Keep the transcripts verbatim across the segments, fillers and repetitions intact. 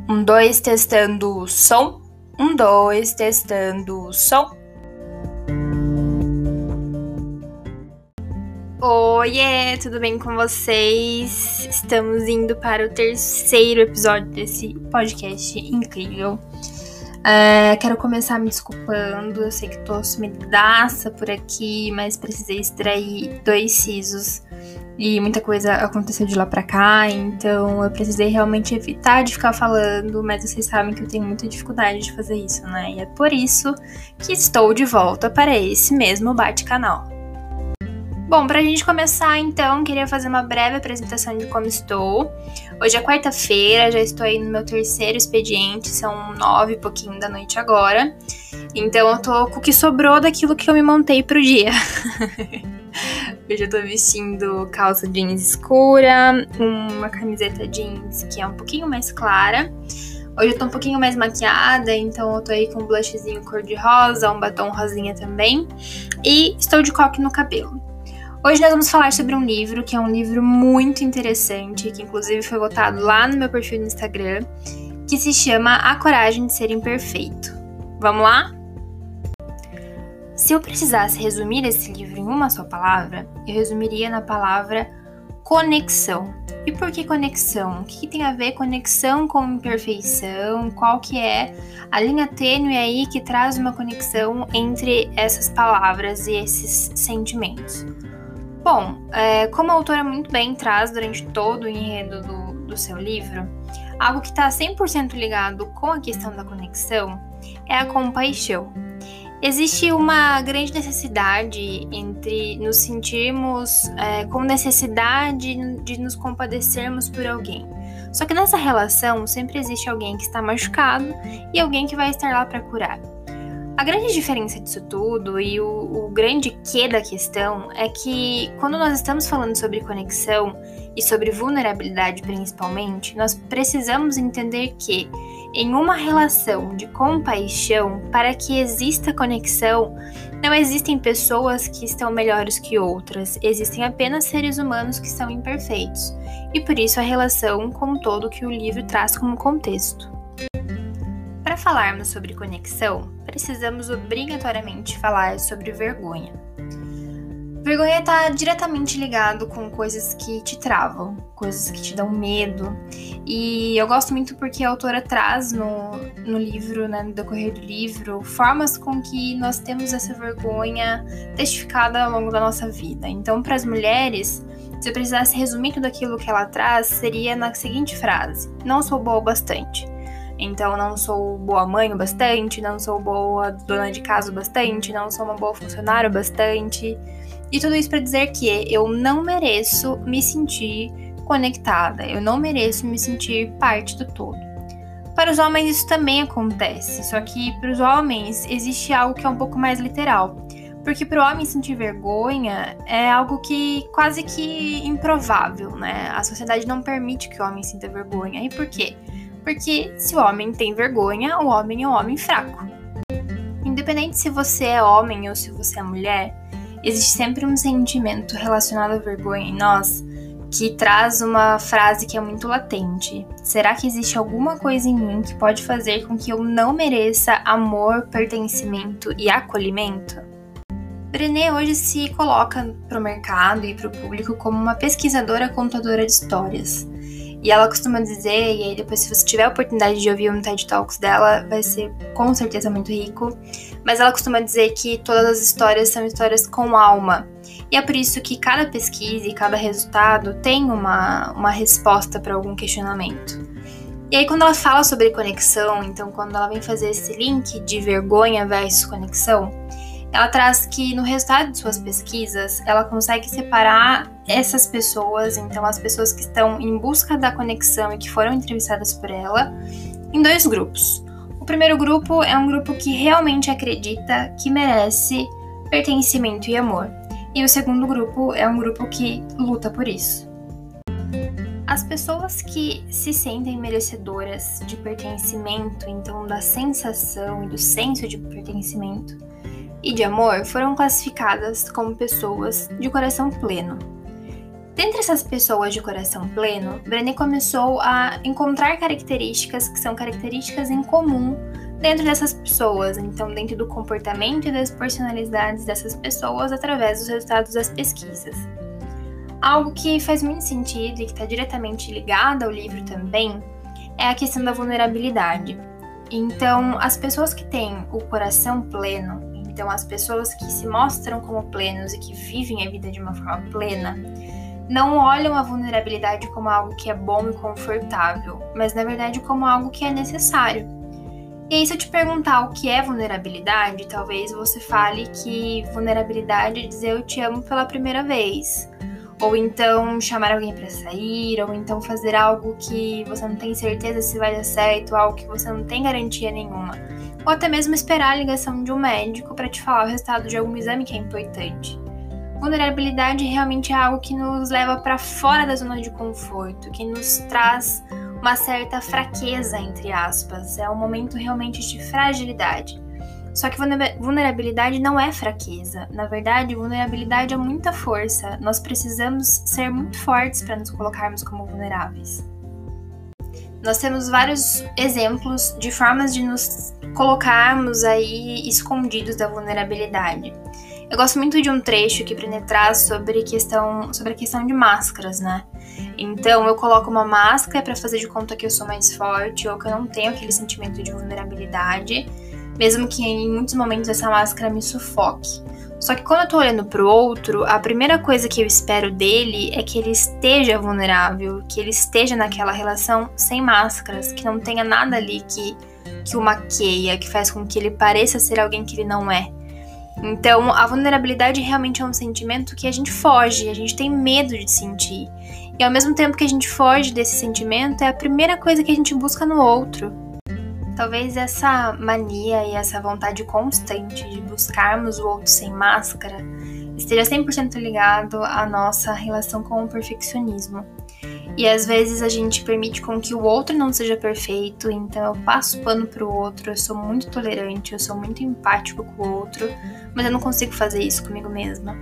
Um, dois, testando o som. Um, dois, testando o som. Oiê, tudo bem com vocês? Estamos indo para o terceiro episódio desse podcast incrível. É, quero começar me desculpando, eu sei que tô sumidaça por aqui, mas precisei extrair dois sisos e muita coisa aconteceu de lá pra cá, então eu precisei realmente evitar de ficar falando, mas vocês sabem que eu tenho muita dificuldade de fazer isso, né? E é por isso que estou de volta para esse mesmo bate-canal. Bom, pra gente começar então, queria fazer uma breve apresentação de como estou. Hoje é quarta-feira, já estou aí no meu terceiro expediente, são nove e pouquinho da noite agora. Então eu tô com o que sobrou daquilo que eu me montei pro dia. Hoje eu tô vestindo calça jeans escura, uma camiseta jeans que é um pouquinho mais clara. Hoje eu tô um pouquinho mais maquiada, então eu tô aí com um blushzinho cor-de-rosa, um batom rosinha também. E estou de coque no cabelo. Hoje nós vamos falar sobre um livro, que é um livro muito interessante, que inclusive foi votado lá no meu perfil no Instagram, que se chama A Coragem de Ser Imperfeito. Vamos lá? Se eu precisasse resumir esse livro em uma só palavra, eu resumiria na palavra conexão. E por que conexão? O que tem a ver conexão com imperfeição? Qual que é a linha tênue aí que traz uma conexão entre essas palavras e esses sentimentos? Bom, é, como a autora muito bem traz durante todo o enredo do, do seu livro, algo que está cem por cento ligado com a questão da conexão é a compaixão. Existe uma grande necessidade entre nos sentirmos é, com necessidade de nos compadecermos por alguém. Só que nessa relação sempre existe alguém que está machucado e alguém que vai estar lá para curar. A grande diferença disso tudo e o, o grande quê da questão é que quando nós estamos falando sobre conexão e sobre vulnerabilidade principalmente, nós precisamos entender que em uma relação de compaixão, para que exista conexão, não existem pessoas que estão melhores que outras, existem apenas seres humanos que são imperfeitos, e por isso a relação como um todo que o livro traz como contexto. Para falarmos sobre conexão, precisamos obrigatoriamente falar sobre vergonha. Vergonha está diretamente ligado com coisas que te travam, coisas que te dão medo. E eu gosto muito porque a autora traz no, no livro, né, no decorrer do livro, formas com que nós temos essa vergonha testificada ao longo da nossa vida. Então, para as mulheres, se eu precisasse resumir tudo aquilo que ela traz, seria na seguinte frase: não sou boa o bastante. Então, não sou boa mãe o bastante, não sou boa dona de casa o bastante, não sou uma boa funcionária o bastante. E tudo isso para dizer que eu não mereço me sentir conectada, eu não mereço me sentir parte do todo. Para os homens isso também acontece, só que para os homens existe algo que é um pouco mais literal. Porque para o homem sentir vergonha é algo que quase que improvável, né? A sociedade não permite que o homem sinta vergonha. E por quê? Porque se o homem tem vergonha, o homem é um homem fraco. Independente se você é homem ou se você é mulher, existe sempre um sentimento relacionado à vergonha em nós que traz uma frase que é muito latente. Será que existe alguma coisa em mim que pode fazer com que eu não mereça amor, pertencimento e acolhimento? Brené hoje se coloca para o mercado e para o público como uma pesquisadora contadora de histórias. E ela costuma dizer, e aí depois se você tiver a oportunidade de ouvir um TED Talks dela, vai ser com certeza muito rico, mas ela costuma dizer que todas as histórias são histórias com alma. E é por isso que cada pesquisa e cada resultado tem uma, uma resposta para algum questionamento. E aí quando ela fala sobre conexão, então quando ela vem fazer esse link de vergonha versus conexão, ela traz que no resultado de suas pesquisas, ela consegue separar essas pessoas, então as pessoas que estão em busca da conexão e que foram entrevistadas por ela, em dois grupos. O primeiro grupo é um grupo que realmente acredita que merece pertencimento e amor. E o segundo grupo é um grupo que luta por isso. As pessoas que se sentem merecedoras de pertencimento, então da sensação e do senso de pertencimento, e de amor foram classificadas como pessoas de coração pleno. Dentre essas pessoas de coração pleno, Brené começou a encontrar características que são características em comum dentro dessas pessoas, então dentro do comportamento e das personalidades dessas pessoas através dos resultados das pesquisas. Algo que faz muito sentido e que está diretamente ligado ao livro também é a questão da vulnerabilidade. Então, as pessoas que têm o coração pleno, então as pessoas que se mostram como plenos e que vivem a vida de uma forma plena, não olham a vulnerabilidade como algo que é bom e confortável, mas na verdade como algo que é necessário. E aí, se eu te perguntar o que é vulnerabilidade, talvez você fale que vulnerabilidade é dizer eu te amo pela primeira vez. Ou então chamar alguém para sair, ou então fazer algo que você não tem certeza se vai dar certo, algo que você não tem garantia nenhuma. Ou até mesmo esperar a ligação de um médico para te falar o resultado de algum exame que é importante. Vulnerabilidade realmente é algo que nos leva para fora da zona de conforto, que nos traz uma certa fraqueza, entre aspas. É um momento realmente de fragilidade. Só que vulnerabilidade não é fraqueza. Na verdade, vulnerabilidade é muita força. Nós precisamos ser muito fortes para nos colocarmos como vulneráveis. Nós temos vários exemplos de formas de nos colocarmos aí escondidos da vulnerabilidade. Eu gosto muito de um trecho que Brené traz sobre, questão, sobre a questão de máscaras, né? Então, eu coloco uma máscara para fazer de conta que eu sou mais forte ou que eu não tenho aquele sentimento de vulnerabilidade, mesmo que em muitos momentos essa máscara me sufoque. Só que quando eu tô olhando pro outro, a primeira coisa que eu espero dele é que ele esteja vulnerável, que ele esteja naquela relação sem máscaras, que não tenha nada ali que, que o maqueia, que faz com que ele pareça ser alguém que ele não é. Então, a vulnerabilidade realmente é um sentimento que a gente foge, a gente tem medo de sentir. E ao mesmo tempo que a gente foge desse sentimento, é a primeira coisa que a gente busca no outro. Talvez essa mania e essa vontade constante de buscarmos o outro sem máscara esteja cem por cento ligado à nossa relação com o perfeccionismo. E às vezes a gente permite com que o outro não seja perfeito, então eu passo pano pro outro, eu sou muito tolerante, eu sou muito empático com o outro, mas eu não consigo fazer isso comigo mesma.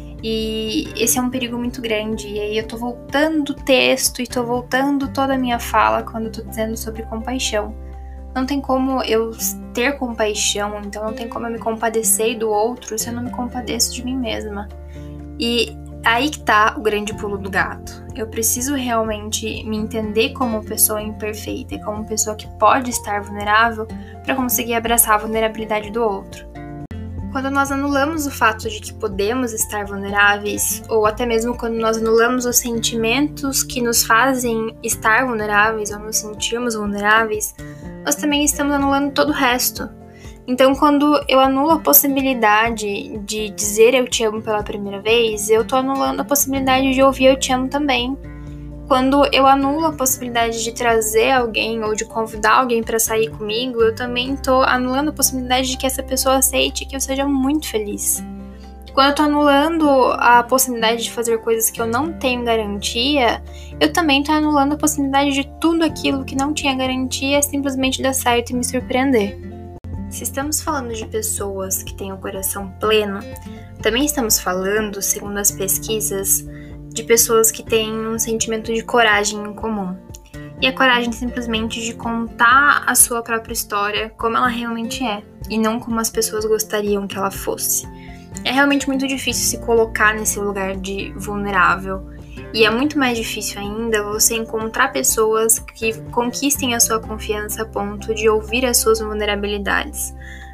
E esse é um perigo muito grande, e aí eu tô voltando o texto e tô voltando toda a minha fala quando eu tô dizendo sobre compaixão. Não tem como eu ter compaixão, então não tem como eu me compadecer do outro se eu não me compadeço de mim mesma. E aí que tá o grande pulo do gato. Eu preciso realmente me entender como pessoa imperfeita e como pessoa que pode estar vulnerável para conseguir abraçar a vulnerabilidade do outro. Quando nós anulamos o fato de que podemos estar vulneráveis, ou até mesmo quando nós anulamos os sentimentos que nos fazem estar vulneráveis ou nos sentirmos vulneráveis, nós também estamos anulando todo o resto. Então, quando eu anulo a possibilidade de dizer eu te amo pela primeira vez, eu tô anulando a possibilidade de ouvir eu te amo também. Quando eu anulo a possibilidade de trazer alguém ou de convidar alguém para sair comigo, eu também tô anulando a possibilidade de que essa pessoa aceite que eu seja muito feliz. Quando eu tô anulando a possibilidade de fazer coisas que eu não tenho garantia, eu também tô anulando a possibilidade de tudo aquilo que não tinha garantia simplesmente dar certo e me surpreender. Se estamos falando de pessoas que têm o coração pleno, também estamos falando, segundo as pesquisas, de pessoas que têm um sentimento de coragem em comum. E a coragem simplesmente de contar a sua própria história como ela realmente é, e não como as pessoas gostariam que ela fosse. É realmente muito difícil se colocar nesse lugar de vulnerável. E é muito mais difícil ainda você encontrar pessoas que conquistem a sua confiança a ponto de ouvir as suas vulnerabilidades.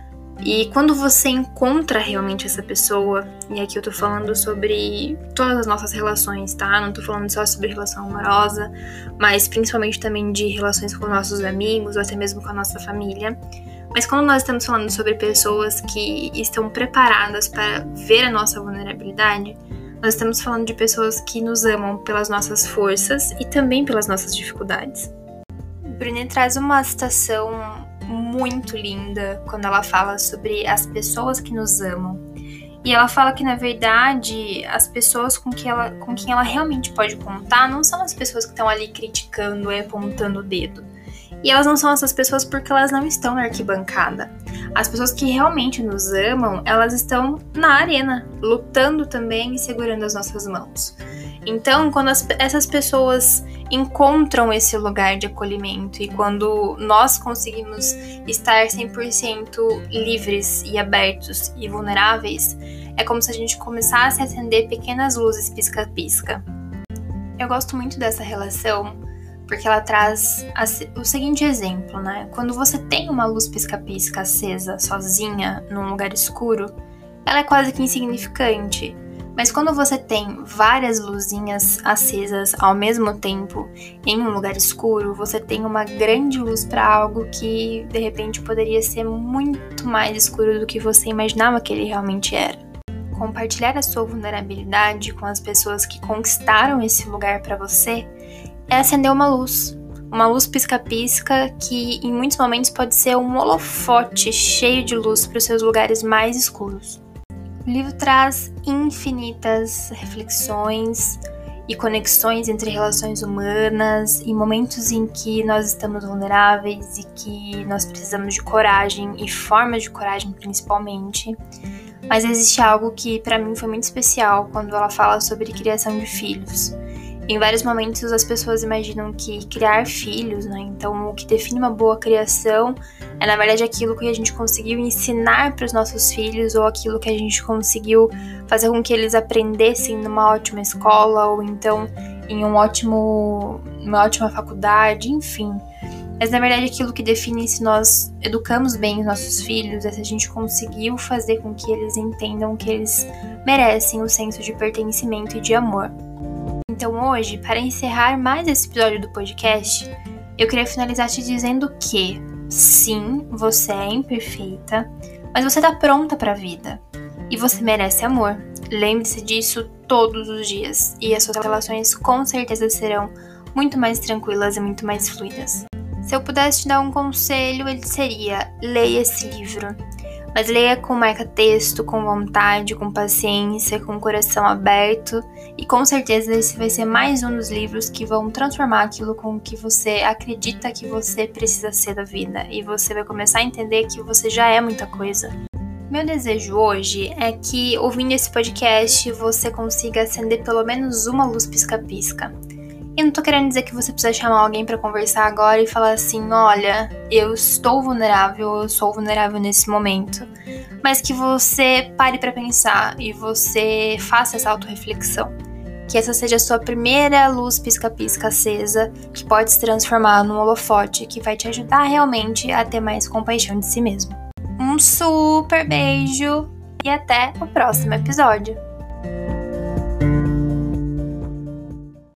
E quando você encontra realmente essa pessoa, e aqui eu tô falando sobre todas as nossas relações, tá? Não tô falando só sobre relação amorosa, mas principalmente também de relações com nossos amigos, ou até mesmo com a nossa família. Mas quando nós estamos falando sobre pessoas que estão preparadas para ver a nossa vulnerabilidade, nós estamos falando de pessoas que nos amam pelas nossas forças e também pelas nossas dificuldades. Brené traz uma citação muito linda quando ela fala sobre as pessoas que nos amam. E ela fala que, na verdade, as pessoas com, que ela, com quem ela realmente pode contar não são as pessoas que estão ali criticando e apontando o dedo. E elas não são essas pessoas porque elas não estão na arquibancada. As pessoas que realmente nos amam, elas estão na arena, lutando também e segurando as nossas mãos. Então, quando as, essas pessoas encontram esse lugar de acolhimento e quando nós conseguimos estar cem por cento livres e abertos e vulneráveis, é como se a gente começasse a acender pequenas luzes pisca-pisca. Eu gosto muito dessa relação porque ela traz a, o seguinte exemplo, né? Quando você tem uma luz pisca-pisca acesa sozinha num lugar escuro, ela é quase que insignificante. Mas quando você tem várias luzinhas acesas ao mesmo tempo em um lugar escuro, você tem uma grande luz para algo que de repente poderia ser muito mais escuro do que você imaginava que ele realmente era. Compartilhar a sua vulnerabilidade com as pessoas que conquistaram esse lugar para você é acender uma luz. Uma luz pisca-pisca que em muitos momentos pode ser um holofote cheio de luz para os seus lugares mais escuros. O livro traz infinitas reflexões e conexões entre relações humanas e momentos em que nós estamos vulneráveis e que nós precisamos de coragem e formas de coragem principalmente. Mas existe algo que para mim foi muito especial quando ela fala sobre criação de filhos. Em vários momentos as pessoas imaginam que criar filhos, né? Então o que define uma boa criação é na verdade aquilo que a gente conseguiu ensinar para os nossos filhos ou aquilo que a gente conseguiu fazer com que eles aprendessem numa ótima escola ou então em um ótimo, uma ótima faculdade, enfim. Mas na verdade aquilo que define se nós educamos bem os nossos filhos é se a gente conseguiu fazer com que eles entendam que eles merecem o senso de pertencimento e de amor. Então hoje, para encerrar mais esse episódio do podcast, eu queria finalizar te dizendo que, sim, você é imperfeita, mas você tá pronta para a vida. E você merece amor. Lembre-se disso todos os dias. E as suas relações com certeza serão muito mais tranquilas e muito mais fluidas. Se eu pudesse te dar um conselho, ele seria: leia esse livro. Mas leia com marca-texto, com vontade, com paciência, com o coração aberto. E com certeza esse vai ser mais um dos livros que vão transformar aquilo com que você acredita que você precisa ser da vida. E você vai começar a entender que você já é muita coisa. Meu desejo hoje é que, ouvindo esse podcast, você consiga acender pelo menos uma luz pisca-pisca. E não tô querendo dizer que você precisa chamar alguém pra conversar agora e falar assim: olha, eu estou vulnerável, eu sou vulnerável nesse momento. Mas que você pare pra pensar e você faça essa autorreflexão. Que essa seja a sua primeira luz pisca-pisca acesa, que pode se transformar num holofote, que vai te ajudar realmente a ter mais compaixão de si mesmo. Um super beijo e até o próximo episódio!